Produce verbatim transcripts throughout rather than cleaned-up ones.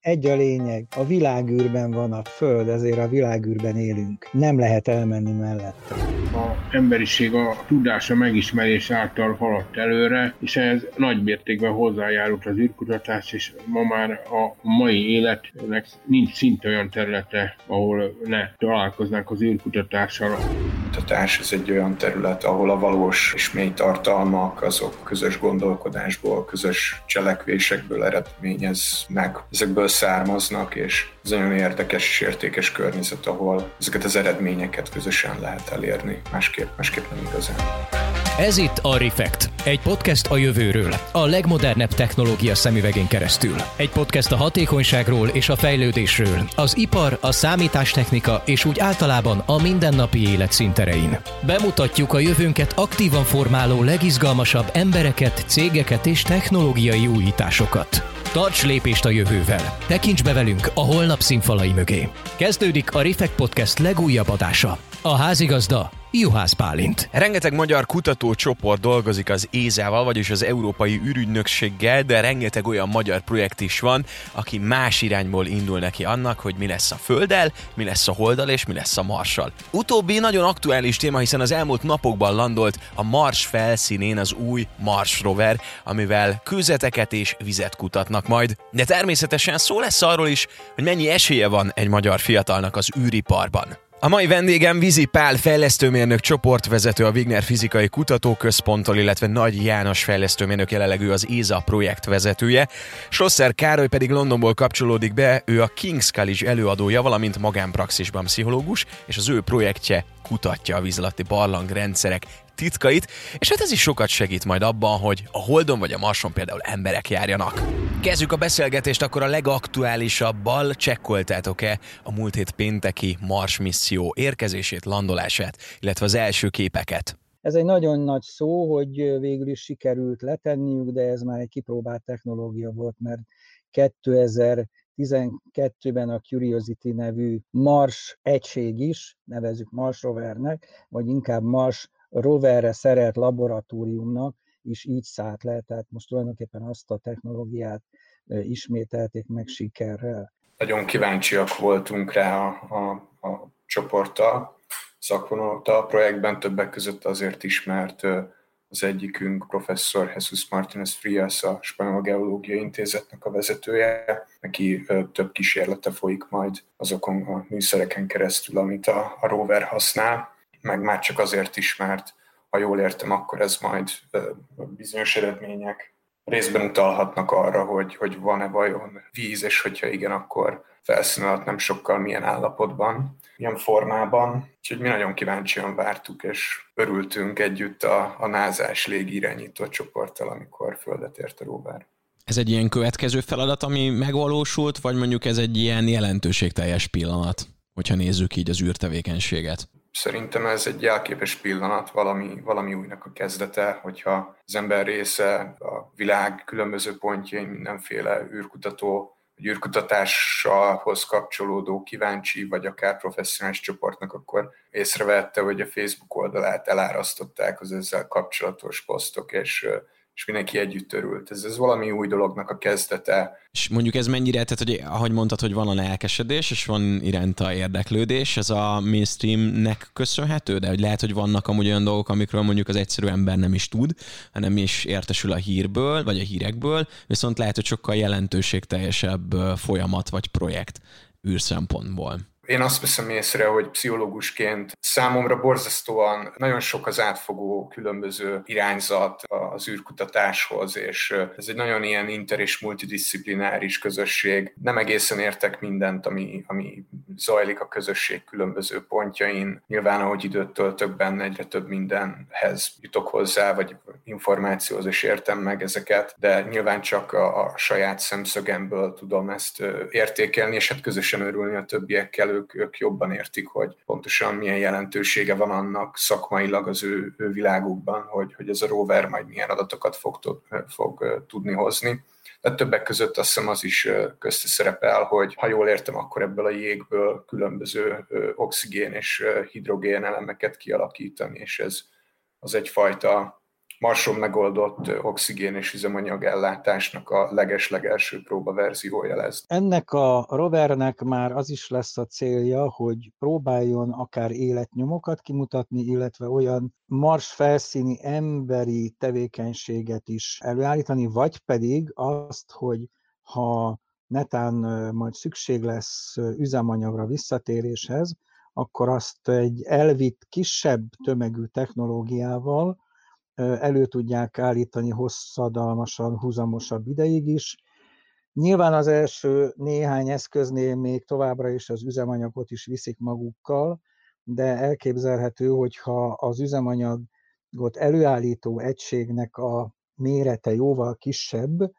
Egy a lényeg, a világűrben van a Föld, ezért a világűrben élünk. Nem lehet elmenni mellette. Az emberiség a tudása megismerés által haladt előre, és ehhez nagy mértékben hozzájárult az űrkutatás, és ma már a mai életnek nincs szinte olyan területe, ahol ne találkoznánk az űrkutatással. A kutatás ez egy olyan terület, ahol a valós és mély tartalmak, azok közös gondolkodásból, közös cselekvésekből eredményeznek, ezekből származnak, és ez nagyon érdekes és értékes környezet, ahol ezeket az eredményeket közösen lehet elérni, másképp, másképp nem igazán. Ez itt a Refekt, egy podcast a jövőről, a legmodernebb technológia szemüvegén keresztül. Egy podcast a hatékonyságról és a fejlődésről, az ipar, a számítástechnika és úgy általában a mindennapi élet színterein. Bemutatjuk a jövőnket aktívan formáló legizgalmasabb embereket, cégeket és technológiai újításokat. Tarts lépést a jövővel! Tekints be velünk a holnap színfalai mögé! Kezdődik a Refekt Podcast legújabb adása. A házigazda Juhász Bálint. Rengeteg magyar kutatócsoport dolgozik az é zé á-val, vagyis az Európai űrügynökséggel, de rengeteg olyan magyar projekt is van, aki más irányból indul neki annak, hogy mi lesz a Földdel, mi lesz a Holddal és mi lesz a Marssal. Utóbbi nagyon aktuális téma, hiszen az elmúlt napokban landolt a Mars felszínén az új Mars rover, amivel kőzeteket és vizet kutatnak majd. De természetesen szó lesz arról is, hogy mennyi esélye van egy magyar fiatalnak az űriparban. A mai vendégem Vizi Pál fejlesztőmérnök csoportvezető a Wigner Fizikai Kutatóközponttól, illetve Nagy János fejlesztőmérnök, jelenleg ő az é zé á projektvezetője. Schlosser Károly pedig Londonból kapcsolódik be, ő a King's College előadója, valamint magánpraxisban pszichológus, és az ő projektje kutatja a víz alatti barlangrendszerek titkait, és hát ez is sokat segít majd abban, hogy a Holdon vagy a Marson például emberek járjanak. Kezdjük a beszélgetést akkor a legaktuálisabbal. Csekkoltátok-e a múlt hét pénteki Mars misszió érkezését, landolását, illetve az első képeket? Ez egy nagyon nagy szó, hogy végül is sikerült letenniük, de ez már egy kipróbált technológia volt, mert kétezer-tizenkettőben a Curiosity nevű Mars egység is, nevezzük Mars rovernek, vagy inkább Mars roverre szerelt laboratóriumnak is így szállt le, tehát most tulajdonképpen azt a technológiát ismételték meg sikerrel. Nagyon kíváncsiak voltunk rá a, a, a csoporttal, szakvonalta a projektben, többek között azért is, mert az egyikünk, professzor Jesus Martínez Frias, a Spanyol Geológiai Intézetnek a vezetője, neki több kísérlete folyik majd azokon a műszereken keresztül, amit a, a rover használ, meg már csak azért is, mert ha jól értem, akkor ez majd bizonyos eredmények részben utalhatnak arra, hogy, hogy van-e vajon víz, és hogyha igen, akkor felszín alatt nem sokkal milyen állapotban, milyen formában. Úgyhogy mi nagyon kíváncsian vártuk, és örültünk együtt a, a názás légirányító csoporttal, amikor földet ért a rover. Ez egy ilyen következő feladat, ami megvalósult, vagy mondjuk ez egy ilyen jelentőségteljes pillanat, hogyha nézzük így az űrtevékenységet? Szerintem ez egy jelképes pillanat, valami, valami újnak a kezdete, hogyha az ember része a világ különböző pontjain mindenféle űrkutató, vagy űrkutatáshoz kapcsolódó kíváncsi, vagy akár professzionális csoportnak, akkor észrevette, hogy a Facebook oldalát elárasztották az ezzel kapcsolatos posztok, és és mindenki együtt örült. Ez, ez valami új dolognak a kezdete. És mondjuk ez mennyire, tehát hogy ahogy mondtad, hogy van a lelkesedés, és van iránta érdeklődés, ez a mainstreamnek köszönhető, de hogy lehet, hogy vannak amúgy olyan dolgok, amikről mondjuk az egyszerű ember nem is tud, hanem is értesül a hírből, vagy a hírekből, viszont lehet, hogy sokkal jelentőségteljesebb folyamat vagy projekt űrszempontból. Én azt veszem észre, hogy pszichológusként számomra borzasztóan nagyon sok az átfogó különböző irányzat az űrkutatáshoz, és ez egy nagyon ilyen inter- és multidisziplináris közösség. Nem egészen értek mindent, ami, ami zajlik a közösség különböző pontjain. Nyilván, ahogy időt töltök benne, egyre több mindenhez jutok hozzá, vagy információhoz is értem meg ezeket, de nyilván csak a, a saját szemszögemből tudom ezt értékelni, és hát közösen örülni a többiekkel. Ők, ők jobban értik, hogy pontosan milyen jelentősége van annak szakmailag az ő, ő világukban, hogy, hogy ez a rover majd milyen adatokat fog, fog tudni hozni. De többek között azt hiszem az is közte szerepel, hogy ha jól értem, akkor ebből a jégből különböző oxigén és hidrogén elemeket kialakítani, és ez az egyfajta Marson megoldott oxigén és üzemanyag ellátásnak a leges-legelső próbaverziója lesz. Ennek a rovernek már az is lesz a célja, hogy próbáljon akár életnyomokat kimutatni, illetve olyan Mars felszíni emberi tevékenységet is előállítani, vagy pedig azt, hogy ha netán majd szükség lesz üzemanyagra visszatéréshez, akkor azt egy elvitt kisebb tömegű technológiával elő tudják állítani hosszadalmasan, húzamosabb ideig is. Nyilván az első néhány eszköznél még továbbra is az üzemanyagot is viszik magukkal, de elképzelhető, hogyha az üzemanyagot előállító egységnek a mérete jóval kisebb,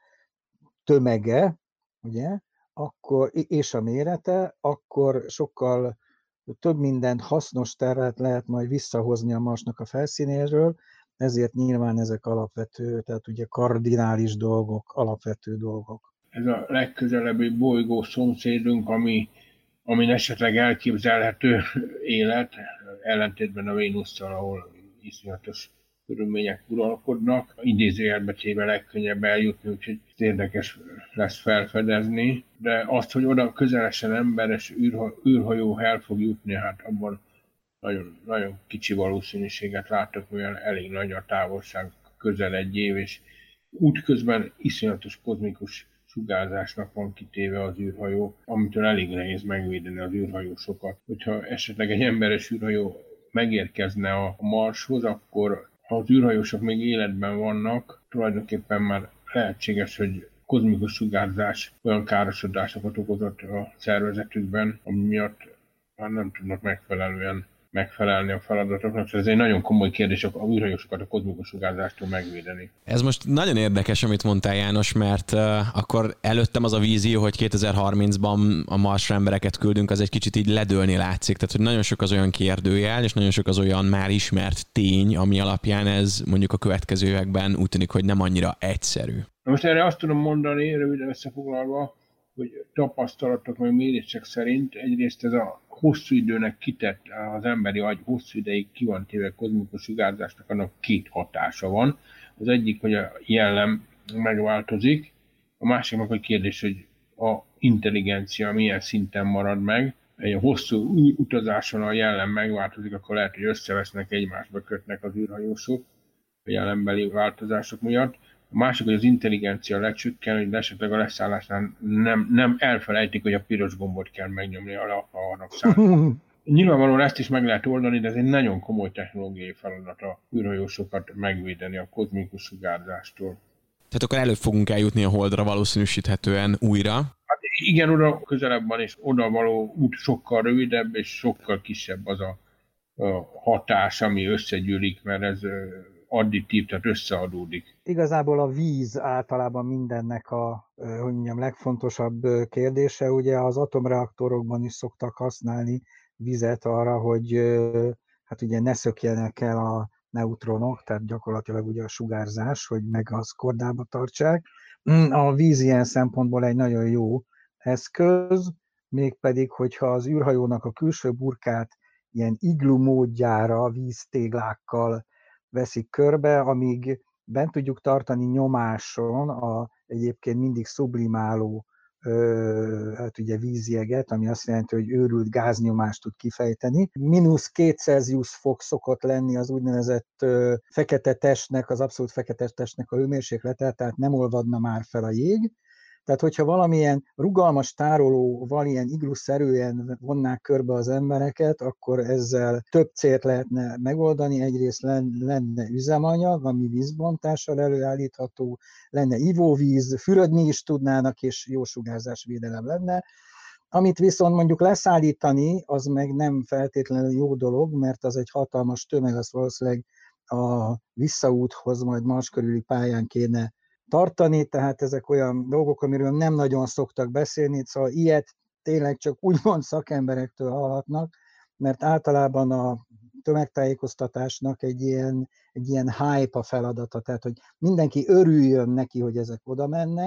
tömege, ugye, akkor, és a mérete, akkor sokkal több mindent, hasznos terhet lehet majd visszahozni a Marsnak a felszínéről, ezért nyilván ezek alapvető, tehát ugye kardinális dolgok, alapvető dolgok. Ez a legközelebbi bolygó szomszédunk, ami, ami esetleg elképzelhető élet, ellentétben a Vénusszal, ahol iszonyatos körülmények uralkodnak. Idézőjelbe téve legkönnyebb eljutni, úgyhogy érdekes lesz felfedezni. De azt, hogy oda közelesen emberes űrhajó el fog jutni, hát abban nagyon, nagyon kicsi valószínűséget látok, mivel elég nagy a távolság, közel egy év, és útközben iszonyatos kozmikus sugárzásnak van kitéve az űrhajó, amitől elég nehéz megvédeni az űrhajósokat. Hogyha esetleg egy emberes űrhajó megérkezne a Marshoz, akkor ha az űrhajósok még életben vannak, tulajdonképpen már lehetséges, hogy kozmikus sugárzás olyan károsodásokat okozott a szervezetükben, ami miatt már nem tudnak megfelelően megfelelni a feladatoknak. Ez egy nagyon komoly kérdés, a űrhajósokat a kozmikus sugárzástól megvédeni. Ez most nagyon érdekes, amit mondtál, János, mert uh, akkor előttem az a vízió, hogy kétezer-harmincban a Marsra embereket küldünk, az egy kicsit így ledőlni látszik. Tehát, hogy nagyon sok az olyan kérdőjel, és nagyon sok az olyan már ismert tény, ami alapján ez mondjuk a következő években úgy tűnik, hogy nem annyira egyszerű. Na most erre azt tudom mondani, röviden összefoglalva, hogy tapasztalatok, meg mérések szerint egyrészt ez a hosszú időnek kitett, az emberi agy hosszú ideig ki van téve kozmikus sugárzásnak, annak két hatása van. Az egyik, hogy a jellem megváltozik, a másik meg a kérdés, hogy a intelligencia milyen szinten marad meg. Egy hosszú utazáson a jellem megváltozik, akkor lehet, hogy összevesznek, egymásba kötnek az űrhajósok a jellembeli változások miatt. A másik, hogy az intelligencia lecsökken, hogy esetleg a leszállásnál nem, nem elfelejtik, hogy a piros gombot kell megnyomni a harapszállni. Nyilvánvalóan ezt is meg lehet oldani, de ez egy nagyon komoly technológiai feladat a űrhajósokat megvédeni a kozmikus sugárzástól. Tehát akkor előbb fogunk eljutni a Holdra valószínűsíthetően újra. Hát igen, oda közelebb van, és oda való út sokkal rövidebb, és sokkal kisebb az a, a hatás, ami összegyűlik, mert ez additív, tehát összeadódik. Igazából a víz általában mindennek a, hogy mondjam, legfontosabb kérdése. Ugye az atomreaktorokban is szoktak használni vizet arra, hogy hát ugye ne szökjenek el a neutronok, tehát gyakorlatilag ugye a sugárzás, hogy meg az kordába tartsák. A víz ilyen szempontból egy nagyon jó eszköz, mégpedig, hogyha az űrhajónak a külső burkát ilyen iglu módjára víztéglákkal veszik körbe, amíg bent tudjuk tartani nyomáson a egyébként mindig szublimáló ö, hát ugye vízjeget, ami azt jelenti, hogy őrült gáznyomást tud kifejteni. Mínusz két Celsius fok szokott lenni az úgynevezett ö, fekete testnek, az abszolút fekete testnek a hőmérséklete, tehát nem olvadna már fel a jég. Tehát, hogyha valamilyen rugalmas tárolóval, ilyen igluszerűen vonnák körbe az embereket, akkor ezzel több célt lehetne megoldani. Egyrészt lenne üzemanyag, ami vízbontással előállítható, lenne ivóvíz, fürödni is tudnának, és jó sugárzásvédelem lenne. Amit viszont mondjuk leszállítani, az meg nem feltétlenül jó dolog, mert az egy hatalmas tömeg, az valószínűleg a visszaúthoz majd Mars körüli pályán kéne tartani, tehát ezek olyan dolgok, amiről nem nagyon szoktak beszélni, szóval ilyet tényleg csak úgymond szakemberektől hallhatnak, mert általában a tömegtájékoztatásnak egy ilyen, egy ilyen hype a feladata, tehát hogy mindenki örüljön neki, hogy ezek oda mennek,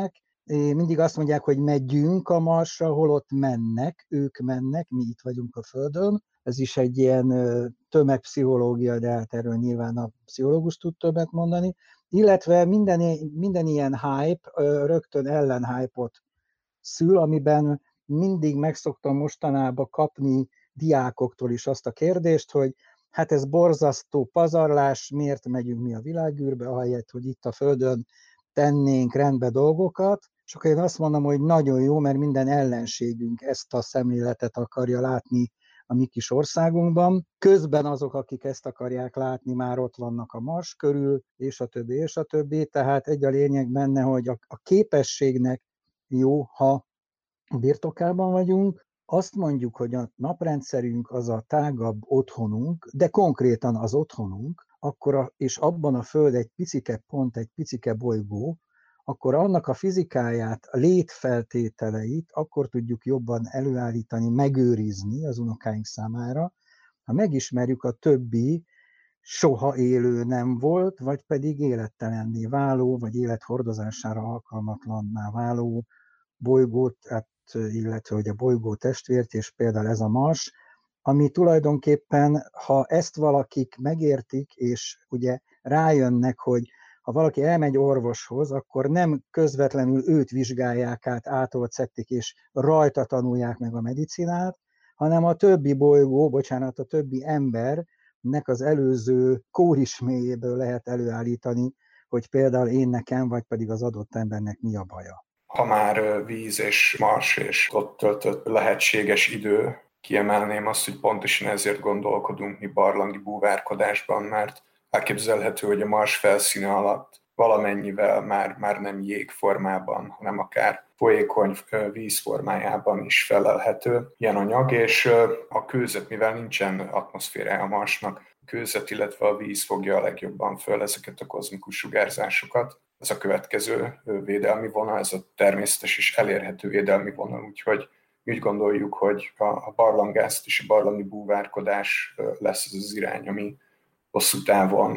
mindig azt mondják, hogy megyünk a Marsra, holott mennek, ők mennek, mi itt vagyunk a Földön. Ez is egy ilyen tömegpszichológia, de hát erről nyilván a pszichológus tud többet mondani. Illetve minden, minden ilyen hype rögtön ellenhype-ot szül, amiben mindig megszoktam mostanában kapni diákoktól is azt a kérdést, hogy hát ez borzasztó pazarlás, miért megyünk mi a világűrbe, ahelyett, hogy itt a Földön tennénk rendbe dolgokat. És akkor én azt mondom, hogy nagyon jó, mert minden ellenségünk ezt a szemléletet akarja látni a mi kis országunkban. Közben azok, akik ezt akarják látni, már ott vannak a Mars körül, és a többi, és a többi. Tehát egy a lényeg benne, hogy a, a képességnek jó, ha birtokában vagyunk. Azt mondjuk, hogy a naprendszerünk az a tágabb otthonunk, de konkrétan az otthonunk, akkor a, és abban a Föld egy picike pont, egy picike bolygó, akkor annak a fizikáját, a létfeltételeit akkor tudjuk jobban előállítani, megőrizni az unokáink számára, ha megismerjük a többi soha élő nem volt, vagy pedig élettelenné váló, vagy élethordozására alkalmatlanná váló bolygót, hát, illetve hogy a bolygó testvért, és például ez a Mars, ami tulajdonképpen, ha ezt valakik megértik, és ugye rájönnek, hogy ha valaki elmegy orvoshoz, akkor nem közvetlenül őt vizsgálják át, átolt szedték, és rajta tanulják meg a medicinát, hanem a többi bolygó, bocsánat, a többi embernek az előző kórisméjéből lehet előállítani, hogy például én nekem, vagy pedig az adott embernek mi a baja. Ha már víz és Mars és ott töltött lehetséges idő, kiemelném azt, hogy pontosan ezért gondolkodunk mi barlangi búvárkodásban, mert elképzelhető, hogy a Mars felszíne alatt valamennyivel már, már nem jég formában, hanem akár folyékony víz formájában is felelhető ilyen anyag, és a kőzet, mivel nincsen atmoszférája a Marsnak, a kőzet, illetve a víz fogja a legjobban föl ezeket a kozmikus sugárzásokat. Ez a következő védelmi vonal, ez a természetes és elérhető védelmi vonal, úgyhogy úgy gondoljuk, hogy a barlangászat és a barlangi búvárkodás lesz az az irány, ami hosszú távon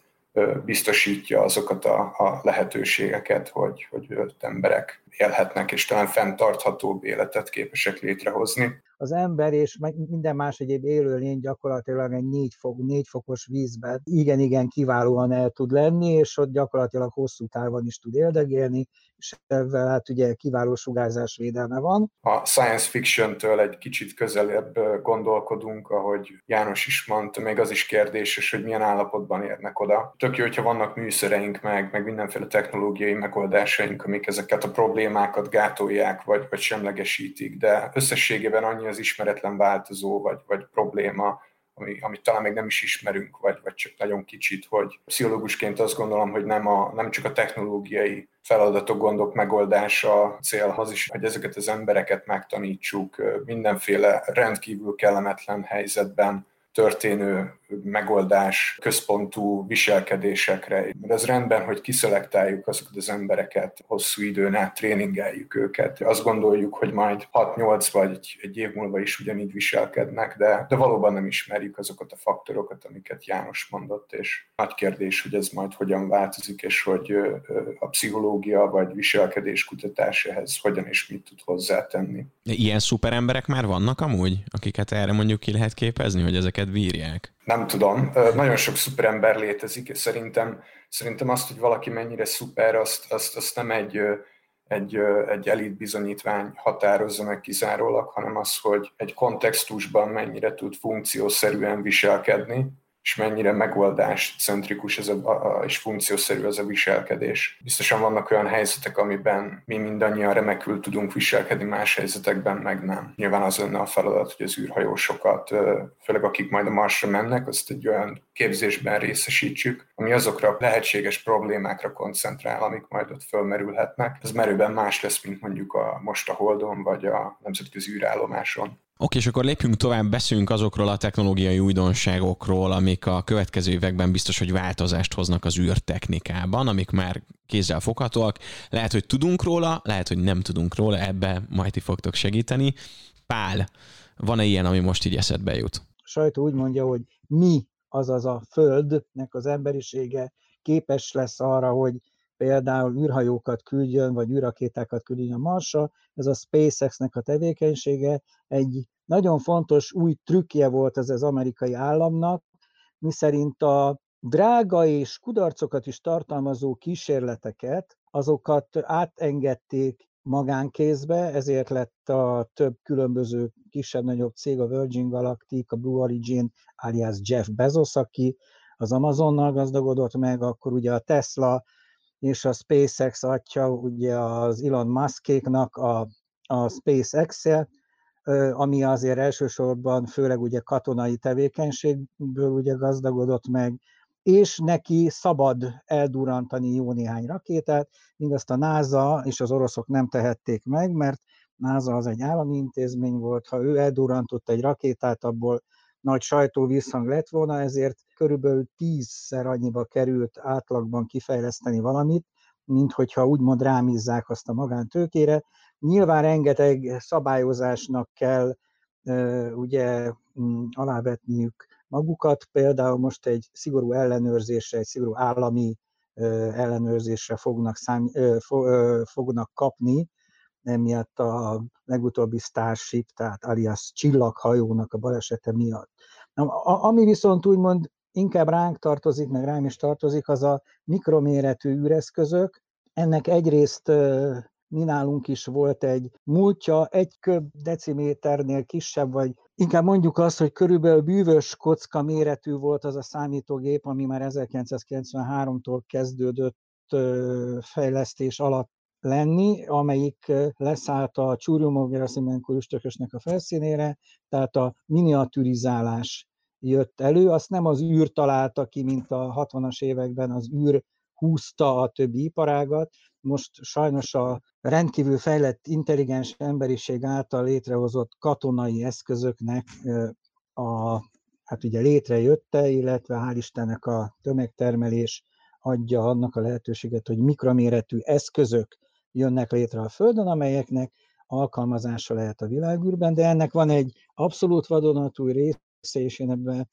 biztosítja azokat a, a lehetőségeket, hogy, hogy emberek élhetnek, és talán fenntarthatóbb életet képesek létrehozni. Az ember és minden más egyéb élőlény gyakorlatilag egy négy, fok, négy fokos vízben igen-igen kiválóan el tud lenni, és ott gyakorlatilag hosszú távon is tud éldegélni, és ezzel hát ugye kiváló sugárzásvédelme van. A science fiction-től egy kicsit közelebb gondolkodunk, ahogy János is mondta, még az is kérdéses, hogy milyen állapotban érnek oda. Tök jó, hogyha vannak műszereink meg, meg mindenféle technológiai megoldásaink, amik ezeket a problémákat gátolják, vagy, vagy semlegesítik, de összességében annyi az ismeretlen változó, vagy, vagy probléma, ami, amit talán még nem is ismerünk, vagy, vagy csak nagyon kicsit, hogy pszichológusként azt gondolom, hogy nem, a, nem csak a technológiai feladatok, gondok megoldása a cél, az is, hogy ezeket az embereket megtanítsuk mindenféle rendkívül kellemetlen helyzetben történő megoldás központú viselkedésekre. Mert ez rendben, hogy kiszelektáljuk azokat az embereket, hosszú időn át tréningeljük őket. Azt gondoljuk, hogy majd hat-nyolc vagy egy, egy év múlva is ugyanígy viselkednek, de, de valóban nem ismerjük azokat a faktorokat, amiket János mondott, és nagy kérdés, hogy ez majd hogyan változik, és hogy a pszichológia vagy viselkedéskutatás ehhez hogyan és mit tud hozzátenni. Ilyen szuperemberek már vannak amúgy, akiket erre mondjuk ki lehet képezni, hogy ezeket bírják? Nem tudom. Nagyon sok szuperember létezik, és szerintem, szerintem azt, hogy valaki mennyire szuper, azt, azt, azt nem egy, egy, egy elit bizonyítvány határozza meg kizárólag, hanem az, hogy egy kontextusban mennyire tud funkciószerűen viselkedni, és mennyire megoldáscentrikus ez a, a, és funkciószerű ez a viselkedés. Biztosan vannak olyan helyzetek, amiben mi mindannyian remekül tudunk viselkedni, más helyzetekben meg nem. Nyilván az lenne a feladat, hogy az űrhajósokat, főleg akik majd a Marsra mennek, azt egy olyan képzésben részesítsük, ami azokra a lehetséges problémákra koncentrál, amik majd ott fölmerülhetnek. Ez merőben más lesz, mint mondjuk a, most a Holdon, vagy a nemzetközi űrállomáson. Oké, és akkor lépjünk tovább, beszéljünk azokról a technológiai újdonságokról, amik a következő években biztos, hogy változást hoznak az űrtechnikában, amik már kézzel foghatóak. Lehet, hogy tudunk róla, lehet, hogy nem tudunk róla, ebbe majd ti fogtok segíteni. Pál, van-e ilyen, ami most így eszedbe jut? A sajtó úgy mondja, hogy mi, azaz a Földnek az emberisége képes lesz arra, hogy például űrhajókat küldjön, vagy űrrakétákat küldjön a Marsra. Ez a SpaceX-nek a tevékenysége. Egy nagyon fontos új trükkje volt ez az amerikai államnak, miszerint a drága és kudarcokat is tartalmazó kísérleteket, azokat átengedték magánkézbe, ezért lett a több különböző kisebb-nagyobb cég, a Virgin Galactic, a Blue Origin, alias Jeff Bezos, aki az Amazonnal gazdagodott meg, akkor ugye a Tesla és a SpaceX atya, ugye az Elon Muskéknak a, a SpaceX-e, ami azért elsősorban főleg ugye katonai tevékenységből ugye gazdagodott meg, és neki szabad eldurrantani jó néhány rakétát, míg azt a NASA és az oroszok nem tehették meg, mert NASA az egy állami intézmény volt, ha ő eldurrantott egy rakétát, abból nagy sajtóvízhang lett volna, ezért körülbelül tízszer annyiba került átlagban kifejleszteni valamit, mint hogyha úgymond rámízzák azt a magántőkére. Nyilván rengeteg szabályozásnak kell ugye alávetniük magukat, például most egy szigorú ellenőrzésre, egy szigorú állami ellenőrzésre fognak, szám, fognak kapni, emiatt a legutóbbi Starship, tehát alias csillaghajónak a balesete miatt. Na, ami viszont úgymond inkább ránk tartozik, meg rám is tartozik, az a mikroméretű űreszközök. Ennek egyrészt mi nálunk is volt egy múltja, egy köb deciméternél kisebb, vagy inkább mondjuk azt, hogy körülbelül bűvös kocka méretű volt az a számítógép, ami már ezerkilencszázkilencvenháromtól kezdődött fejlesztés alatt lenni, amelyik leszállt a Churyumov-Gerasimenko üstökösnek a felszínére, tehát a miniaturizálás jött elő. Azt nem az űr találta ki, mint a hatvanas években az űr húzta a többi iparágat. Most sajnos a rendkívül fejlett, intelligens emberiség által létrehozott katonai eszközöknek a, hát ugye létrejötte, illetve hál' Istennek a tömegtermelés adja annak a lehetőséget, hogy mikroméretű eszközök jönnek létre a Földön, amelyeknek alkalmazása lehet a világűrben, de ennek van egy abszolút vadonatúj része, és én ebben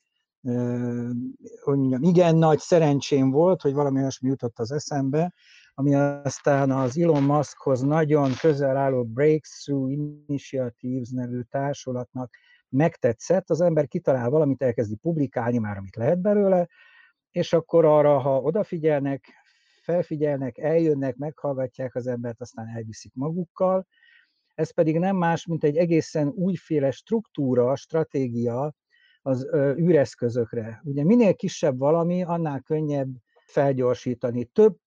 hogy mondjam, igen nagy szerencsém volt, hogy valami olyasmi jutott az eszembe, ami aztán az Elon Muskhoz nagyon közel álló Breakthrough Initiatives nevű társulatnak megtetszett. Az ember kitalál valamit, elkezdi publikálni már, amit lehet belőle, és akkor arra, ha odafigyelnek, felfigyelnek, eljönnek, meghallgatják az embert, aztán elviszik magukkal. Ez pedig nem más, mint egy egészen újféle struktúra, stratégia az űreszközökre. Ugye minél kisebb valami, annál könnyebb felgyorsítani. Több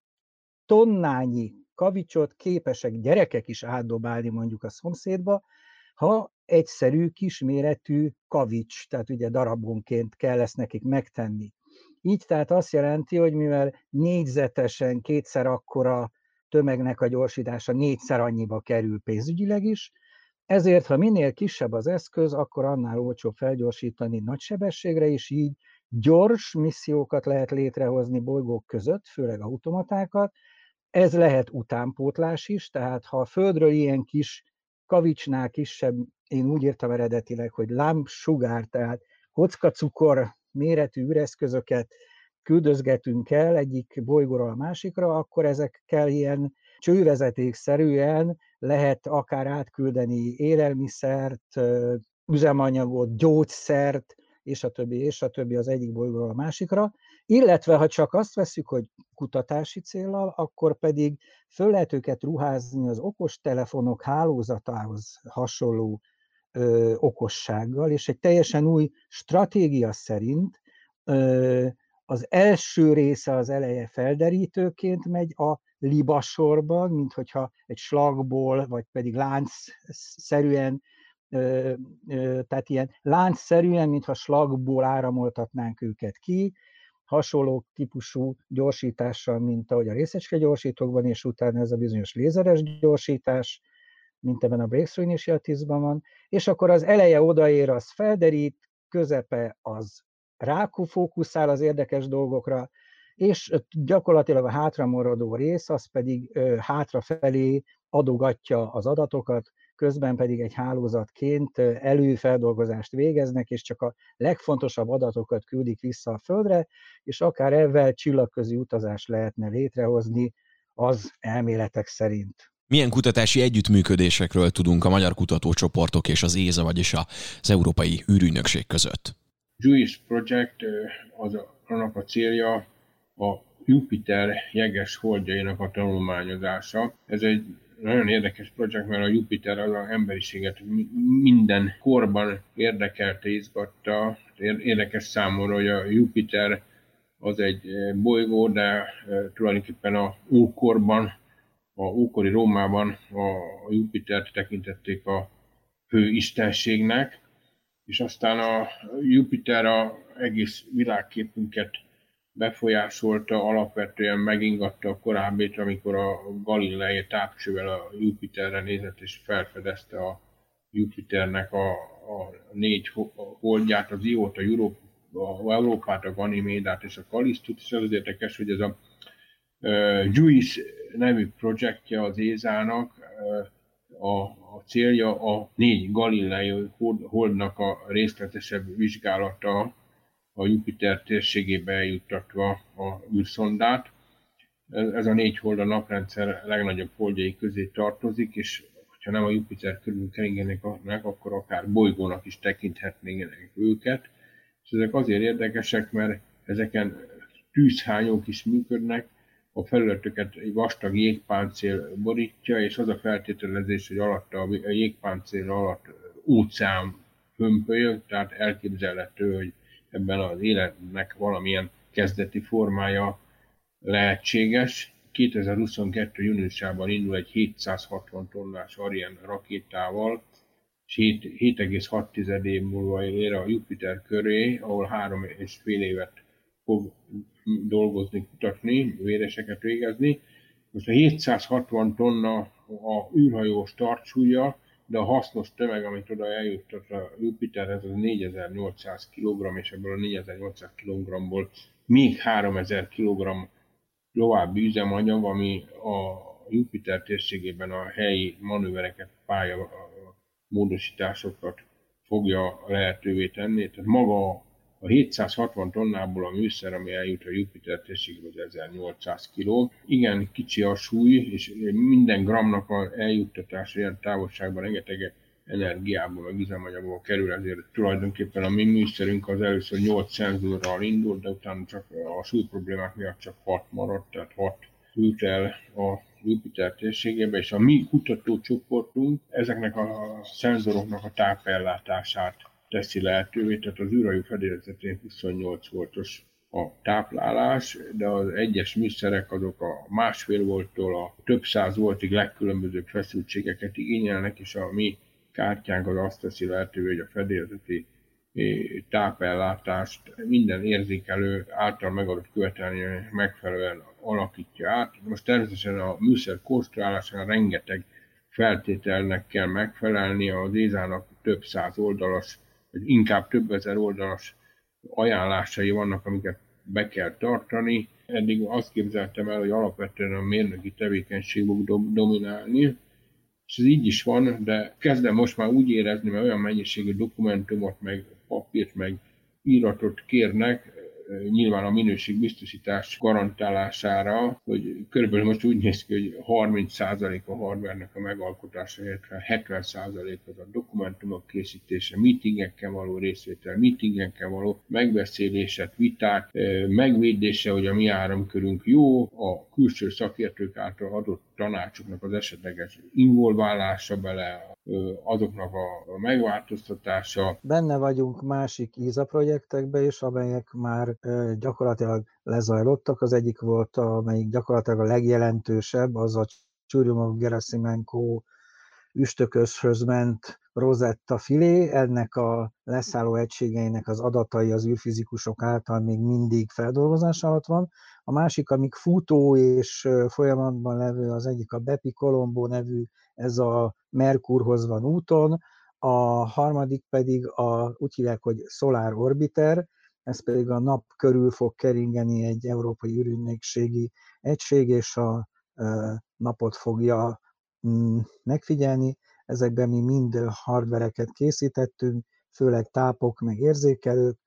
tonnányi kavicsot képesek gyerekek is átdobálni mondjuk a szomszédba, ha egyszerű, kisméretű kavics, tehát ugye darabonként kell ezt nekik megtenni. Így tehát azt jelenti, hogy mivel négyzetesen kétszer akkora tömegnek a gyorsítása négyszer annyiba kerül pénzügyileg is, ezért, ha minél kisebb az eszköz, akkor annál olcsóbb felgyorsítani nagy sebességre, és így gyors missziókat lehet létrehozni bolygók között, főleg automatákat. Ez lehet utánpótlás is, tehát ha a Földről ilyen kis kavicsnál kisebb, én úgy írtam eredetileg, hogy lámpsugár, tehát kockacukor méretű üreszközöket küldözgetünk el egyik bolygóról a másikra, akkor ezekkel ilyen csővezetékszerűen lehet akár átküldeni élelmiszert, üzemanyagot, gyógyszert, és a többi, és a többi az egyik bolygóról a másikra. Illetve, ha csak azt vesszük, hogy kutatási céllal, akkor pedig föl lehet őket ruházni az okostelefonok hálózatához hasonló ö, okossággal, és egy teljesen új stratégia szerint ö, az első része az eleje felderítőként megy a libasorban, mint hogyha egy slagból, vagy pedig láncszerűen, ö, ö, tehát ilyen láncszerűen, mintha slagból áramoltatnánk őket ki, hasonló típusú gyorsítással, mint ahogy a részecskegyorsítókban, és utána ez a bizonyos lézeres gyorsítás, mint ebben a Breakthrough Initiatives-ban van, és akkor az eleje odaér, az felderít, közepe az ráfókuszál az érdekes dolgokra, és gyakorlatilag a hátramaradó rész, az pedig ö, hátrafelé adogatja az adatokat, közben pedig egy hálózatként előfeldolgozást végeznek, és csak a legfontosabb adatokat küldik vissza a Földre, és akár ezzel csillagközi utazást lehetne létrehozni az elméletek szerint. Milyen kutatási együttműködésekről tudunk a magyar kutatócsoportok és az éza, vagyis az Európai űrügynökség között? JUICE Project, az a, annak a célja a Jupiter jeges holdjainak a tanulmányozása. Ez egy nagyon érdekes projekt, mert a Jupiter az az emberiséget minden korban érdekelte, izgatta. Érdekes számomra, hogy a Jupiter az egy bolygó, de tulajdonképpen a ókorban, a ókori Rómában a Jupitert tekintették a fő istenségnek, és aztán a Jupiter az egész világképünket befolyásolta, alapvetően megingatta a korábbit, amikor a Galilei távcsővel a Jupiterre nézett, és felfedezte a Jupiternek a, a négy holdját, az Iót, a, a Európát, a Ganymédát és a Kalisztut, és az érdekes, hogy ez a uh, JUICE nevű projektje az ézának, uh, a, a célja a négy Galilei holdnak a részletesebb vizsgálata, a Jupiter térségébe eljuttatva a űrszondát. Ez a négy hold a naprendszer legnagyobb holdjai közé tartozik, és ha nem a Jupiter körül keringenek, akkor akár bolygónak is tekinthetnének őket. És ezek azért érdekesek, mert ezeken tűzhányók is működnek, a felületöket egy vastag jégpáncél borítja, és az a feltételezés, hogy alatta a jégpáncél alatt óceán hömpölyög, tehát elképzelhető, hogy ebben az életnek valamilyen kezdeti formája lehetséges. kétezer-huszonkettő júniusában indul egy hétszázhatvan tonnás Ariane rakétával, és hét egész hat év múlva ér a Jupiter köré, ahol három és fél évet fog dolgozni, kutatni, véreseket végezni. Most a hétszázhatvan tonna a űrhajós tartsúlya, de a hasznos tömeg, amit oda eljuttat a Jupiterhez, az négyezer-nyolcszáz kilogramm, és ebből a négyezer-nyolcszáz kilogrammból még háromezer kilogramm további üzemanyag, ami a Jupiter térségében a helyi manővereket, pálya módosításokat fogja lehetővé tenni. Tehát maga a hétszázhatvan tonnából a műszer, ami eljut a Jupiter térségébe, az ezernyolcszáz kiló. Igen, kicsi a súly, és minden gramnak az eljuttatása ilyen távolságban rengeteg energiából, meg üzemanyagból kerül, ezért tulajdonképpen a mi műszerünk az először nyolc szenzorral indult, de utána csak a súly problémák miatt csak hat maradt, tehát hat ült el a Jupiter térségébe, és a mi kutatócsoportunk ezeknek a szenzoroknak a tápellátását teszi lehetővé, tehát az űrhajó fedélzetén huszonnyolc voltos a táplálás, de az egyes műszerek azok a másfél volttól a több száz voltig legkülönbözőbb feszültségeket igényelnek, és a mi kártyánk az azt teszi lehetővé, hogy a fedélzeti tápellátást minden érzékelő által megadott követelménynek megfelelően alakítja át. Most természetesen a műszer konstruálásán rengeteg feltételnek kell megfelelni, az ézának több száz oldalas, vagy inkább több ezer oldalas ajánlásai vannak, amiket be kell tartani. Eddig azt képzeltem el, hogy alapvetően a mérnöki tevékenység fog dominálni, és ez így is van, de kezdem most már úgy érezni, mert olyan mennyiségű dokumentumot, meg papírt, meg íratot kérnek, nyilván a minőségbiztosítás garantálására, hogy körülbelül most úgy néz ki, hogy harminc százalék a hardware-nek a megalkotása, illetve hetven százalék az a dokumentumok készítése, meetingekkel való részvétel, meetingekkel való megbeszélések, viták, megvédése, hogy a mi áramkörünk jó, a külső szakértők által adott tanácsoknak az esetleges involválása bele, azoknak a megváltoztatása. Benne vagyunk másik éza projektekben is, amelyek már gyakorlatilag lezajlottak. Az egyik volt, amelyik gyakorlatilag a legjelentősebb, az a Churyumov-Gerasimenko üstököshöz ment Rosetta Filé. Ennek a leszálló egységeinek az adatai az űrfizikusok által még mindig feldolgozás alatt van. A másik, amik futó és folyamatban levő, az egyik a Bepi Colombo nevű, ez a Merkurhoz van úton, a harmadik pedig a, úgy hívják, hogy Solar Orbiter, ez pedig a nap körül fog keringeni egy európai űrügynökségi egység, és a napot fogja megfigyelni. Ezekben mi mind hardvereket készítettünk, főleg tápok, meg érzékelők,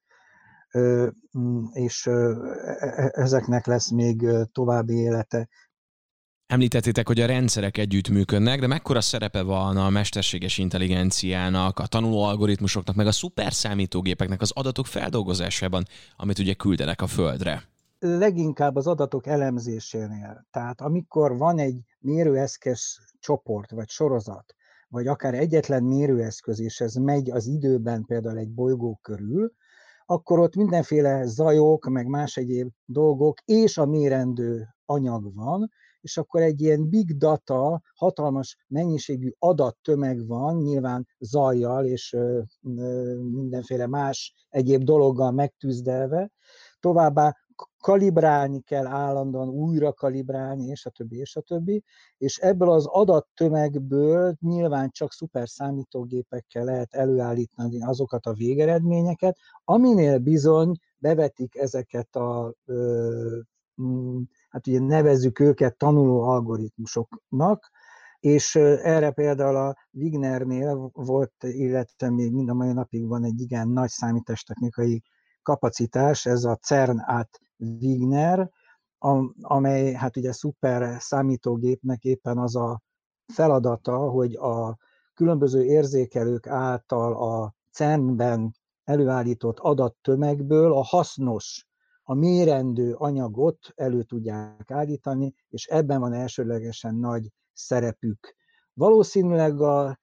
és ezeknek lesz még további élete. Említettétek, hogy a rendszerek együttműködnek, de mekkora szerepe van a mesterséges intelligenciának, a tanuló algoritmusoknak, meg a szuperszámítógépeknek az adatok feldolgozásában, amit ugye küldenek a Földre? Leginkább az adatok elemzésénél. Tehát amikor van egy mérőeszköz csoport, vagy sorozat, vagy akár egyetlen mérőeszköz, és ez megy az időben például egy bolygó körül, akkor ott mindenféle zajok, meg más egyéb dolgok, és a mérendő anyag van, és akkor egy ilyen big data, hatalmas mennyiségű adattömeg van, nyilván zajjal és mindenféle más egyéb dologgal megtűzdelve, továbbá kalibrálni kell állandóan, újra kalibrálni, és a többi, és a többi, és ebből az adattömegből nyilván csak szuperszámítógépekkel lehet előállítani azokat a végeredményeket, aminél bizony bevetik ezeket a, ö, hát ugye nevezzük őket tanuló algoritmusoknak, és erre például a Wignernél volt, illetve még mind a mai napig van egy igen nagy számítástechnikai kapacitás, ez a CERN át Wigner, amely hát ugye szuper számítógépnek éppen az a feladata, hogy a különböző érzékelők által a CERN-ben előállított adattömegből a hasznos, a mérendő anyagot elő tudják állítani, és ebben van elsőlegesen nagy szerepük. Valószínűleg a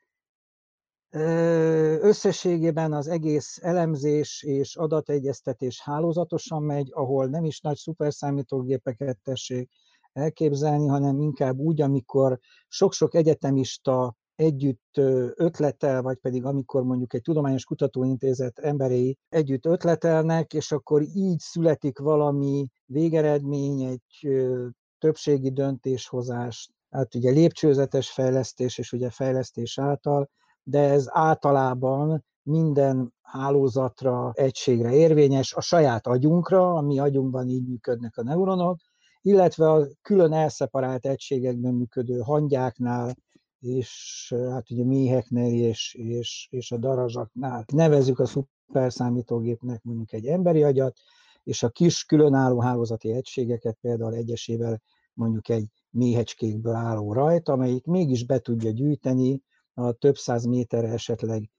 összességében az egész elemzés és adategyeztetés hálózatosan megy, ahol nem is nagy szuperszámítógépeket tessék elképzelni, hanem inkább úgy, amikor sok-sok egyetemista együtt ötletel, vagy pedig amikor mondjuk egy tudományos kutatóintézet emberei együtt ötletelnek, és akkor így születik valami végeredmény, egy többségi döntéshozás, hát ugye lépcsőzetes fejlesztés és ugye fejlesztés által, de ez általában minden hálózatra, egységre érvényes, a saját agyunkra, a mi agyunkban így működnek a neuronok, illetve a külön elszeparált egységekben működő hangyáknál, és hát ugye méheknél és, és, és a darazsaknál. Nevezzük a szuperszámítógépnek mondjuk egy emberi agyat, és a kis különálló hálózati egységeket például egyesével mondjuk egy méhecskékből álló rajt, amelyik mégis be tudja gyűjteni a több száz méterre, esetleg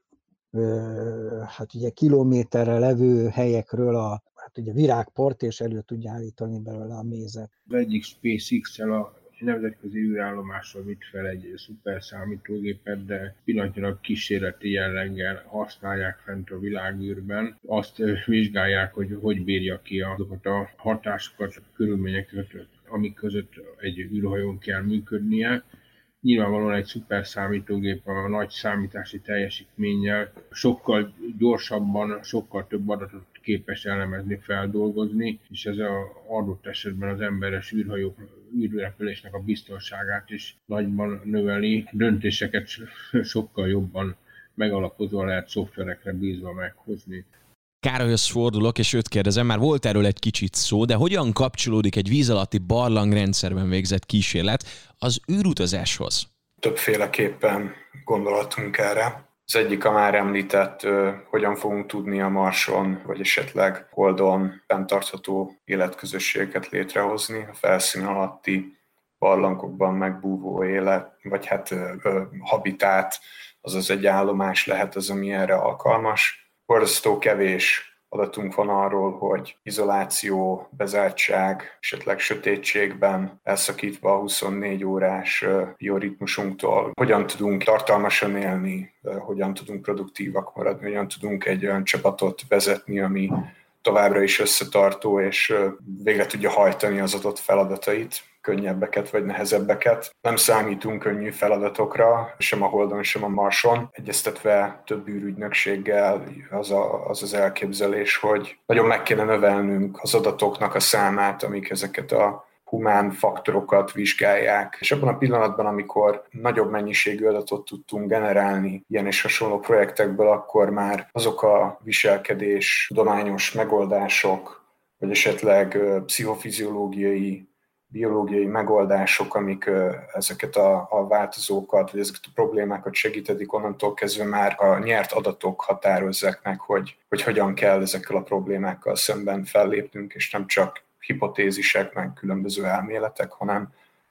hát ugye kilométerre levő helyekről a hát ugye virágport, és elő tudja állítani belőle a mézet. Az egyik SpaceX-el a nemzetközi űrállomásra vitt fel egy szuper számítógépet, de pillanatnyilag kísérleti jelleggel használják fent a világűrben. Azt vizsgálják, hogy hogy bírja ki azokat a hatásokat, körülményeket, amik között egy űrhajón kell működnie. Nyilvánvalóan egy szuper számítógép a nagy számítási teljesítménnyel sokkal gyorsabban, sokkal több adatot képes elemezni, feldolgozni, és ez a adott esetben az emberes űrhajók, űrrepülésnek a biztonságát is nagyban növeli. Döntéseket sokkal jobban megalapozva lehet szoftverekre bízva meghozni. Károlyhoz fordulok, és őt kérdezem, már volt erről egy kicsit szó, de hogyan kapcsolódik egy víz alatti barlangrendszerben végzett kísérlet az űrutazáshoz? Többféleképpen gondolatunk erre. Az egyik a már említett, hogyan fogunk tudni a Marson, vagy esetleg Holdon fenntartható életközösségeket létrehozni, a felszín alatti barlangokban megbúvó élet, vagy hát habitát, azaz egy állomás lehet az, ami erre alkalmas. Borzasztó kevés adatunk van arról, hogy izoláció, bezártság, esetleg sötétségben elszakítva a huszonnégy órás bioritmusunktól hogyan tudunk tartalmasan élni, hogyan tudunk produktívak maradni, hogyan tudunk egy olyan csapatot vezetni, ami továbbra is összetartó és végre tudja hajtani az adott feladatait, könnyebbeket vagy nehezebbeket. Nem számítunk könnyű feladatokra, sem a Holdon, sem a Marson. Egyeztetve több űrügynökséggel az, a, az az elképzelés, hogy nagyon meg kéne növelnünk az adatoknak a számát, amik ezeket a humán faktorokat vizsgálják. És abban a pillanatban, amikor nagyobb mennyiségű adatot tudtunk generálni ilyen és hasonló projektekből, akkor már azok a viselkedés, tudományos megoldások, vagy esetleg pszichofiziológiai, biológiai megoldások, amik ezeket a, a változókat, vagy ezeket a problémákat segítetik, onnantól kezdve már a nyert adatok határozzák meg, hogy, hogy hogyan kell ezekkel a problémákkal szemben fellépnünk, és nem csak hipotézisek, meg különböző elméletek, hanem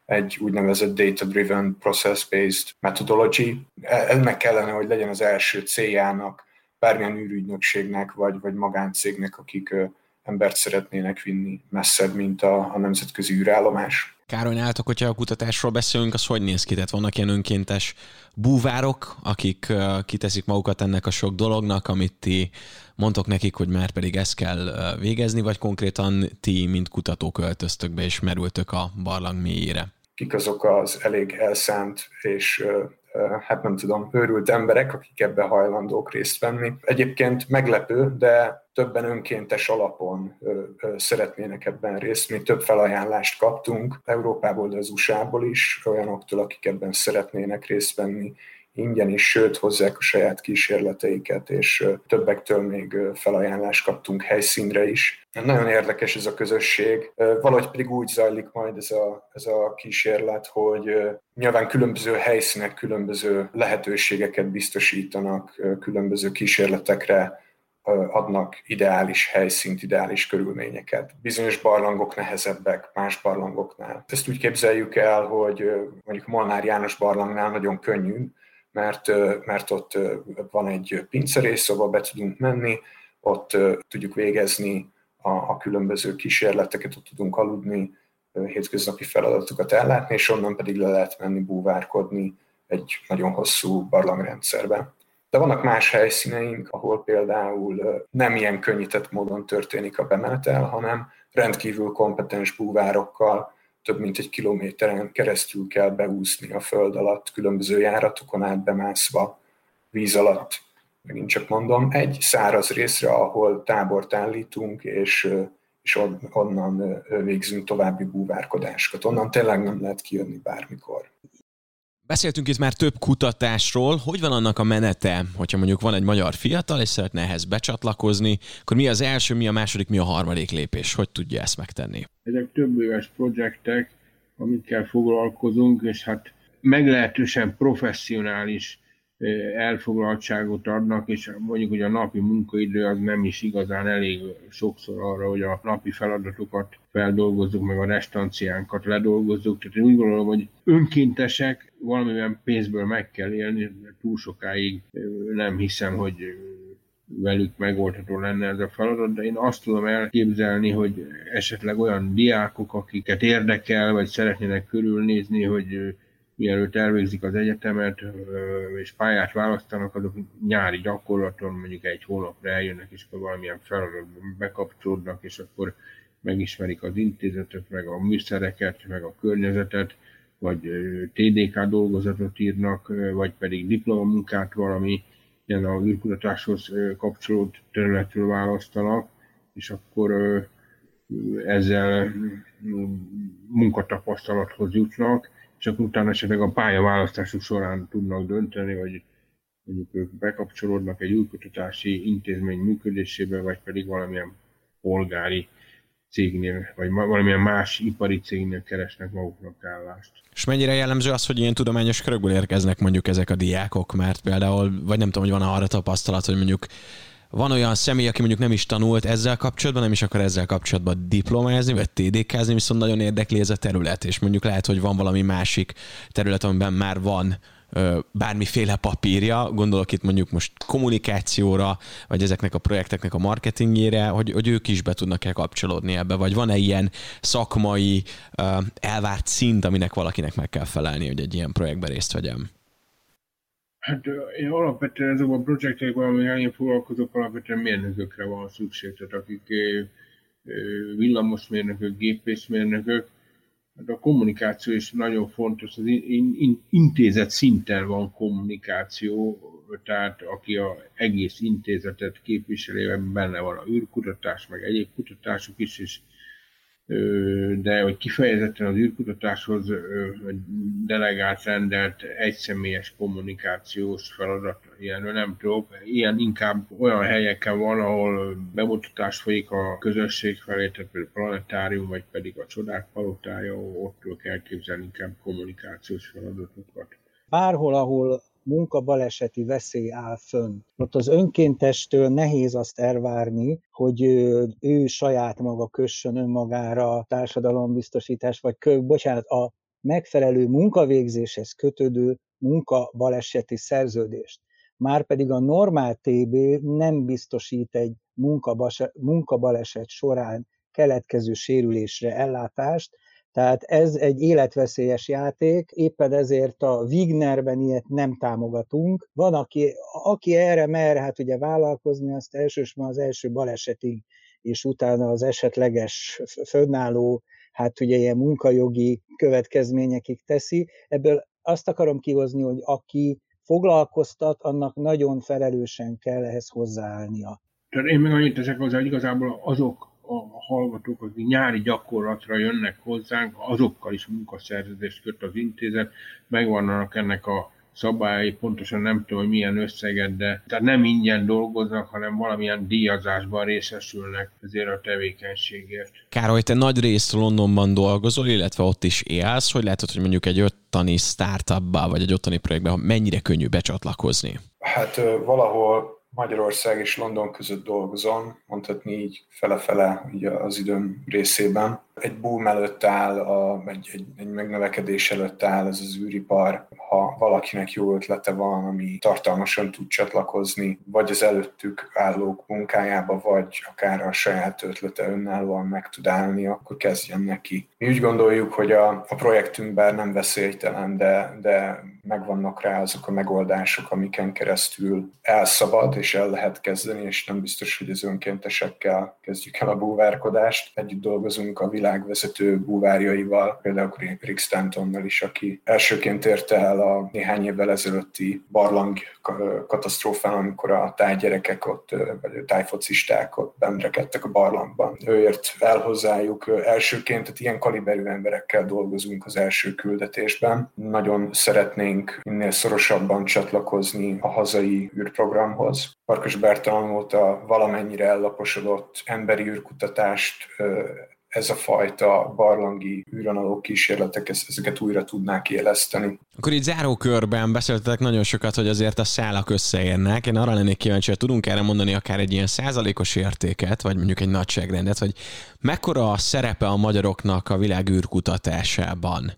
egy úgynevezett data-driven process-based methodology. Ennek kellene, hogy legyen az első céljának bármilyen űrügynökségnek, vagy, vagy magáncégnek, akik embert szeretnének vinni messzebb, mint a, a nemzetközi űrállomás. Károly, nálatok, hogyha a kutatásról beszélünk, az hogy néz ki? Tehát vannak ilyen önkéntes búvárok, akik kiteszik magukat ennek a sok dolognak, amit ti mondtok nekik, hogy már pedig ezt kell végezni, vagy konkrétan ti, mint kutatók öltöztök be, és merültök a barlang mélyére? Kik azok az elég elszánt és hát nem tudom, őrült emberek, akik ebben hajlandók részt venni. Egyébként meglepő, de többen önkéntes alapon ö, ö, szeretnének ebben részt. Mi több felajánlást kaptunk Európából, de az u es á-ból is, olyanoktól, akik ebben szeretnének részt venni ingyen is, sőt, hozzák a saját kísérleteiket, és ö, többektől még ö, felajánlást kaptunk helyszínre is. Nagyon érdekes ez a közösség. Valahogy pedig úgy zajlik majd ez a, ez a kísérlet, hogy nyilván különböző helyszínek különböző lehetőségeket biztosítanak, különböző kísérletekre adnak ideális helyszínt, ideális körülményeket. Bizonyos barlangok nehezebbek más barlangoknál. Ezt úgy képzeljük el, hogy mondjuk Molnár János barlangnál nagyon könnyű, mert, mert ott van egy pincerész, ahol be tudunk menni, ott tudjuk végezni a, a különböző kísérleteket, ott tudunk aludni, hétköznapi feladatokat ellátni, és onnan pedig le lehet menni búvárkodni egy nagyon hosszú barlangrendszerben. De vannak más helyszíneink, ahol például nem ilyen könnyített módon történik a bemenetel, hanem rendkívül kompetens búvárokkal több mint egy kilométeren keresztül kell beúszni a föld alatt, különböző járatokon át bemászva, víz alatt, megint csak mondom, egy száraz részre, ahol tábort állítunk, és, és onnan végzünk további búvárkodásokat. Onnan tényleg nem lehet kijönni bármikor. Beszéltünk itt már több kutatásról. Hogy van annak a menete, hogyha mondjuk van egy magyar fiatal, és szeretne ehhez becsatlakozni, akkor mi az első, mi a második, mi a harmadik lépés? Hogy tudja ezt megtenni? Ezek több éves projektek, amikkel foglalkozunk, és hát meglehetősen professzionális elfoglaltságot adnak, és mondjuk, hogy a napi munkaidő az nem is igazán elég sokszor arra, hogy a napi feladatokat feldolgozzuk, meg a restanciánkat ledolgozzuk. Tehát én úgy gondolom, hogy önkéntesek, valamilyen pénzből meg kell élni, túl sokáig nem hiszem, hogy velük megoldható lenne ez a feladat, de én azt tudom elképzelni, hogy esetleg olyan diákok, akiket érdekel, vagy szeretnének körülnézni, hogy mielőtt elvégzik az egyetemet, és pályát választanak, azok nyári gyakorlaton mondjuk egy hónapra eljönnek, és akkor valamilyen feladatban bekapcsolódnak, és akkor megismerik az intézetet, meg a műszereket, meg a környezetet, vagy té dé ká dolgozatot írnak, vagy pedig diplomamunkát valami ilyen a űrkutatáshoz kapcsolódó területről választanak, és akkor ezzel munkatapasztalathoz jutnak, és akkor utána esetleg a pályaválasztásuk során tudnak dönteni, hogy mondjuk ők bekapcsolódnak egy űrkutatási intézmény működésébe, vagy pedig valamilyen polgári cégnél, vagy valamilyen más ipari cégnél keresnek maguknak állást. És mennyire jellemző az, hogy ilyen tudományos körökből érkeznek mondjuk ezek a diákok, mert például, vagy nem tudom, hogy van arra tapasztalat, hogy mondjuk van olyan személy, aki mondjuk nem is tanult ezzel kapcsolatban, nem is akar ezzel kapcsolatban diplomázni, vagy té dé kázni, viszont nagyon érdekli ez a terület, és mondjuk lehet, hogy van valami másik terület, amiben már van ö, bármiféle papírja, gondolok itt mondjuk most kommunikációra, vagy ezeknek a projekteknek a marketingjére, hogy, hogy ők is be tudnak-e kapcsolódni ebbe, vagy van-e ilyen szakmai ö, elvárt szint, aminek valakinek meg kell felelni, hogy egy ilyen projektben részt vegyem? Hát én alapvetően ezekben a projektekben, amivel én foglalkozok, alapvetően mérnökökre van szükség, tehát akik villamosmérnökök, gépészmérnökök. Hát a kommunikáció is nagyon fontos, az in, in, intézet szinten van kommunikáció, tehát aki az egész intézetet képviseli, benne van a űrkutatás, meg egyéb kutatások is, és de hogy kifejezetten az űrkutatáshoz delegált, rendelt egyszemélyes kommunikációs feladat, ilyenről nem tudok. Ilyen inkább olyan helyeken van, ahol bemutatás folyik a közösség felé, tehát például a planetárium, vagy pedig a Csodák palotája, ott kell képzelni inkább kommunikációs feladatokat. Bárhol, ahol munkabaleseti veszély áll fönn. Ott az önkéntestől nehéz azt elvárni, hogy ő, ő saját maga kössön önmagára társadalombiztosítás, vagy kö, bocsánat, a megfelelő munkavégzéshez kötődő munkabaleseti szerződést. Márpedig a normál té bé nem biztosít egy munkabaleset során keletkező sérülésre ellátást, tehát ez egy életveszélyes játék, éppen ezért a Wignerben ilyet nem támogatunk. Van, aki, aki erre mer, hát ugye vállalkozni, azt elsősorban az első balesetig, és utána az esetleges fönnálló, hát ugye ilyen munkajogi következményekig teszi. Ebből azt akarom kihozni, hogy aki foglalkoztat, annak nagyon felelősen kell ehhez hozzáállnia. Tehát én meg annyit teszek hozzá, hogy igazából azok a hallgatók, akik nyári gyakorlatra jönnek hozzánk, azokkal is munkaszerződést köt az intézet, megvannak ennek a szabályai, pontosan nem tudom, hogy milyen összeget, de tehát nem ingyen dolgoznak, hanem valamilyen díjazásban részesülnek ezért a tevékenységért. Károly, te nagy részt Londonban dolgozol, illetve ott is élsz, hogy látod, hogy mondjuk egy ottani startupba, vagy egy ottani projektbe mennyire könnyű becsatlakozni? Hát valahol Magyarország és London között dolgozom, mondhatni így fele-fele így az időm részében. Egy boom előtt áll, a, egy, egy, egy megnövekedés előtt áll ez az űripar. Ha valakinek jó ötlete van, ami tartalmasan tud csatlakozni, vagy az előttük állók munkájába, vagy akár a saját ötlete önállóan meg tud állni, akkor kezdjen neki. Mi úgy gondoljuk, hogy a, a projektünk bár nem veszélytelen, de, de megvannak rá azok a megoldások, amiken keresztül elszabad, és el lehet kezdeni, és nem biztos, hogy az önkéntesekkel kezdjük el a búvárkodást. Együtt dolgozunk a világvezető búvárjaival, például Rick Stantonnal is, aki elsőként érte el a néhány évvel ezelőtti barlang katasztrófán, amikor a tájgyerekek ott, vagy a tájfocisták ott bemrekedtek a barlangban. Ő ért el hozzájuk elsőként, tehát ilyen kaliberű emberekkel dolgozunk az első küldetésben. Nagyon szeretnénk minél szorosabban csatlakozni a hazai űrprogramhoz. Farkas Bertalan óta valamennyire ellaposodott emberi űrkutatást ez a fajta barlangi űrvonalú kísérletek, ezeket újra tudnák éleszteni. Akkor így zárókörben beszéltetek nagyon sokat, hogy azért a szálak összeérnek. Én arra lennék kíváncsi, hogy tudunk erre mondani akár egy ilyen százalékos értéket, vagy mondjuk egy nagyságrendet, hogy mekkora a szerepe a magyaroknak a világ űrkutatásában.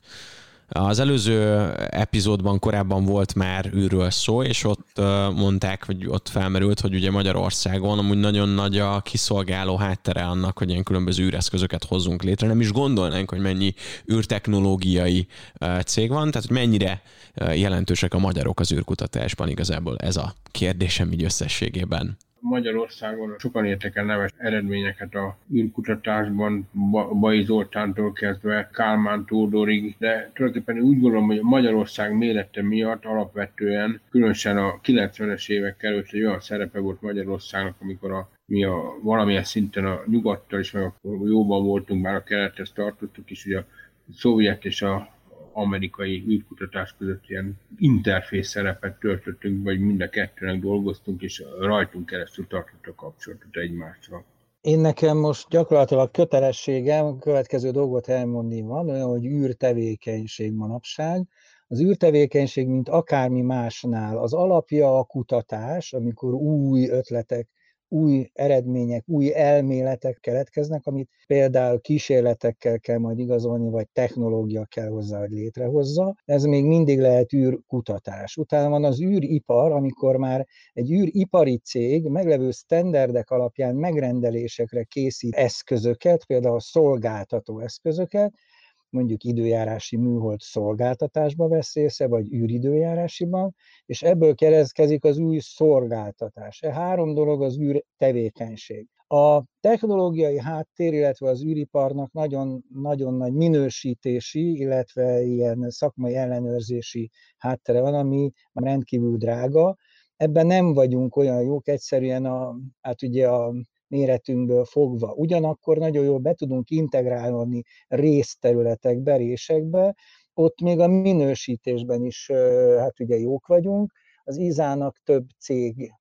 Az előző epizódban korábban volt már űrről szó, és ott mondták, hogy ott felmerült, hogy ugye Magyarországon amúgy nagyon nagy a kiszolgáló háttere annak, hogy ilyen különböző űreszközöket hozzunk létre. Nem is gondolnánk, hogy mennyi űrtechnológiai cég van, tehát hogy mennyire jelentősek a magyarok az űrkutatásban, igazából ez a kérdésem így összességében. Magyarországon sokan értek el neves eredményeket a űrkutatásban, Bai Zoltántól kezdve Kálmán Tódorig, de tulajdonképpen úgy gondolom, hogy Magyarország mérete miatt alapvetően, különösen a kilencvenes évek előtt egy olyan szerepe volt Magyarországnak, amikor a, mi a, valamilyen szinten a nyugattal is, meg akkor jóban voltunk, már a kelethez tartottuk is, ugye a szovjet és a amerikai űrkutatás között ilyen interfész szerepet töltöttünk, vagy mind a kettőnek dolgoztunk, és rajtunk keresztül tartott a kapcsolatot egymással. Én nekem most gyakorlatilag kötelességem a következő dolgot elmondni van, olyan, hogy űrtevékenység manapság. Az űrtevékenység, mint akármi másnál, az alapja a kutatás, amikor új ötletek, új eredmények, új elméletek keletkeznek, amit például kísérletekkel kell majd igazolni, vagy technológia kell hozzá, hogy létrehozza. Ez még mindig lehet űrkutatás. Utána van az űripar, amikor már egy űripari cég meglevő sztenderdek alapján megrendelésekre készít eszközöket, például szolgáltató eszközöket, mondjuk időjárási műhold szolgáltatásba vesz része, vagy űridőjárásiban, és ebből keletkezik az új szolgáltatás. E három dolog az űr tevékenység. A technológiai háttér, illetve az űriparnak nagyon, nagyon nagy minősítési, illetve ilyen szakmai ellenőrzési háttere van, ami rendkívül drága. Ebben nem vagyunk olyan jók, egyszerűen a, hát ugye a méretünkből fogva. Ugyanakkor nagyon jól be tudunk integrálni részterületekbe, résekbe, ott még a minősítésben is hát ugye jók vagyunk. Az izának több cég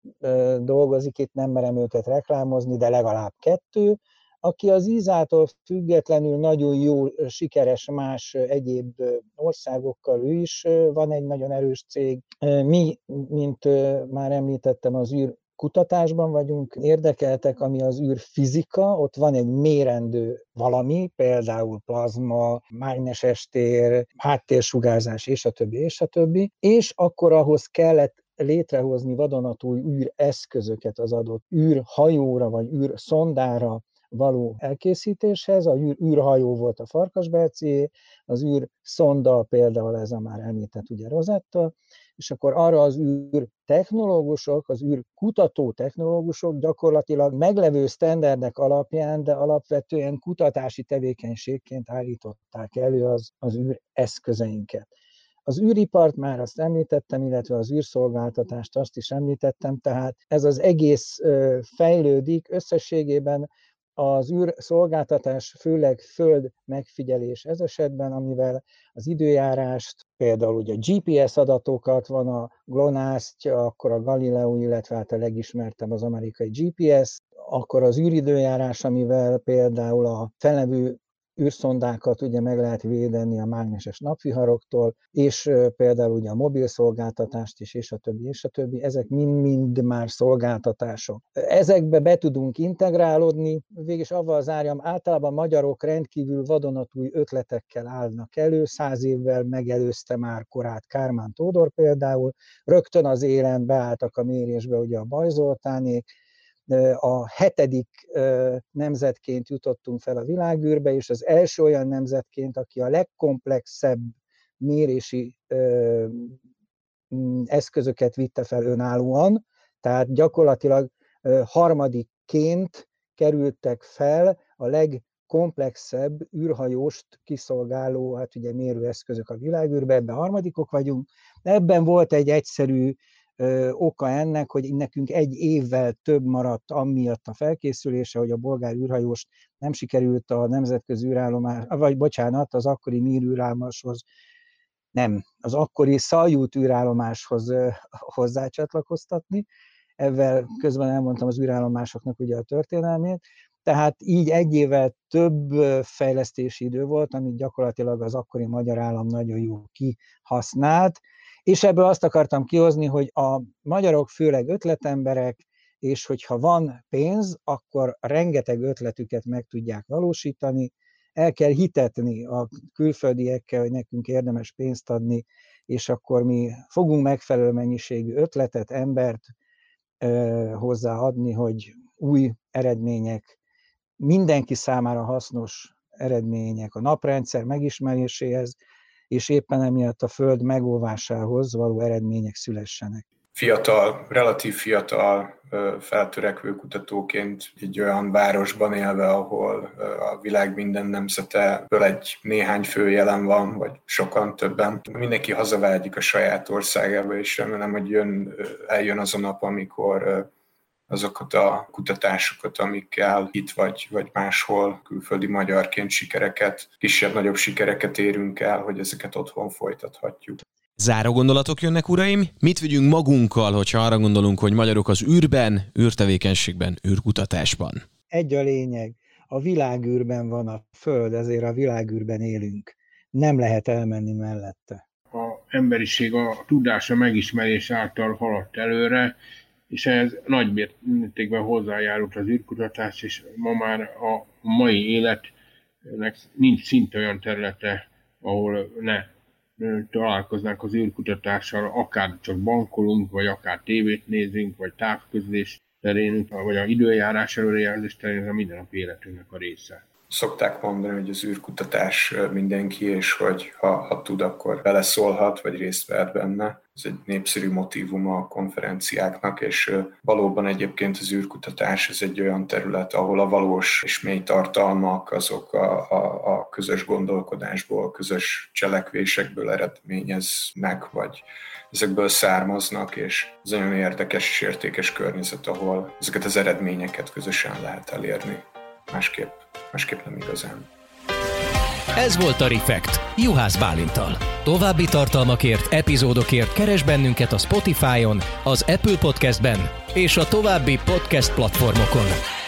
dolgozik, itt nem merem őket reklámozni, de legalább kettő, aki az izától függetlenül nagyon jó, sikeres más egyéb országokkal, ő is van egy nagyon erős cég. Mi, mint már említettem, az űr űrkutatásban vagyunk érdekeltek, ami az űrfizika, ott van egy mérendő valami, például plazma, mágneses tér, háttérsugárzás, és a többi, és a többi, és akkor ahhoz kellett létrehozni vadonatúj űreszközöket az adott űrhajóra vagy űrszondára való elkészítéshez. A űr, űrhajó volt a Farkasbercié, az űrszonda például ez a már említett ugye Rosetta, és akkor arra az űrtechnológusok, az űrkutató technológusok gyakorlatilag meglevő sztenderdek alapján, de alapvetően kutatási tevékenységként állították elő az, az űreszközeinket. Az űripart már azt említettem, illetve az űrszolgáltatást azt is említettem, tehát ez az egész fejlődik, összességében az űrszolgáltatás főleg föld megfigyelés ez esetben, amivel az időjárást, például ugye a gé pé es adatokat, van a GLONASS, akkor a Galileo, illetve hát a legismertebb az amerikai gé pé es, akkor az űridőjárás, amivel például a fellevő űrszondákat ugye meg lehet védeni a mágneses napviharoktól, és például ugye a mobil szolgáltatást is, és a többi, és a többi, ezek mind-mind már szolgáltatások. Ezekbe be tudunk integrálódni, végülis avval zárjam, általában magyarok rendkívül vadonatúj ötletekkel állnak elő, száz évvel megelőzte már korát Kármán Tódor például, rögtön az élen beálltak a mérésbe ugye a Bajz Zoltánék, a hetedik nemzetként jutottunk fel a világűrbe, és az első olyan nemzetként, aki a legkomplexebb mérési eszközöket vitte fel önállóan, tehát gyakorlatilag harmadikként kerültek fel a legkomplexebb űrhajóst kiszolgáló, hát ugye mérőeszközök a világűrbe, ebben harmadikok vagyunk. Ebben volt egy egyszerű oka ennek, hogy nekünk egy évvel több maradt amiatt a felkészülése, hogy a bolgár űrhajóst nem sikerült a nemzetközi űrállomás, vagy bocsánat, az akkori Mir űrállomáshoz, nem, az akkori Szaljut űrállomáshoz hozzácsatlakoztatni. Ezzel közben elmondtam az űrállomásoknak ugye a történelmét. Tehát így egy évvel több fejlesztési idő volt, amit gyakorlatilag az akkori magyar állam nagyon jól kihasznált, és ebből azt akartam kihozni, hogy a magyarok főleg ötletemberek, és hogyha van pénz, akkor rengeteg ötletüket meg tudják valósítani, el kell hitetni a külföldiekkel, hogy nekünk érdemes pénzt adni, és akkor mi fogunk megfelelő mennyiségű ötletet, embert eh, hozzáadni, hogy új eredmények, mindenki számára hasznos eredmények a naprendszer megismeréséhez, és éppen emiatt a Föld megóvásához való eredmények szülessenek. Fiatal, relatív fiatal, feltörekvő kutatóként egy olyan városban élve, ahol a világ minden nemzeteből egy néhány fő jelen van, vagy sokan többen. Mindenki hazavágyik a saját országába, és remélem, hogy jön, eljön az a nap, amikor azokat a kutatásokat, amikkel itt vagy, vagy máshol külföldi magyarként sikereket, kisebb-nagyobb sikereket érünk el, hogy ezeket otthon folytathatjuk. Záró gondolatok jönnek, uraim? Mit vigyünk magunkkal, hogyha arra gondolunk, hogy magyarok az űrben, űrtevékenységben, űrkutatásban? Egy a lényeg, a világűrben van a Föld, ezért a világűrben élünk. Nem lehet elmenni mellette. Az emberiség a tudása megismerés által haladt előre, és ehhez nagy mértékben hozzájárult az űrkutatás, és ma már a mai életnek nincs szinte olyan területe, ahol ne találkoznánk az űrkutatással, akár csak bankolunk, vagy akár tévét nézünk, vagy távközlés terén, vagy a időjárás előrejelzés terén, ez a mindennapi életünknek a része. Szokták mondani, hogy az űrkutatás mindenki, és hogy ha, ha tud, akkor beleszólhat, vagy részt vehet benne. Ez egy népszerű motívum a konferenciáknak, és valóban egyébként az űrkutatás ez egy olyan terület, ahol a valós és mély tartalmak azok a, a, a közös gondolkodásból, közös cselekvésekből eredményeznek, vagy ezekből származnak, és ez nagyon érdekes és értékes környezet, ahol ezeket az eredményeket közösen lehet elérni. Másképp, másképp nem igazán. Ez volt a Refekt, Juhász Bálinttal. További tartalmakért, epizódokért keresd bennünket a Spotify-on, az Apple Podcastben és a további podcast platformokon.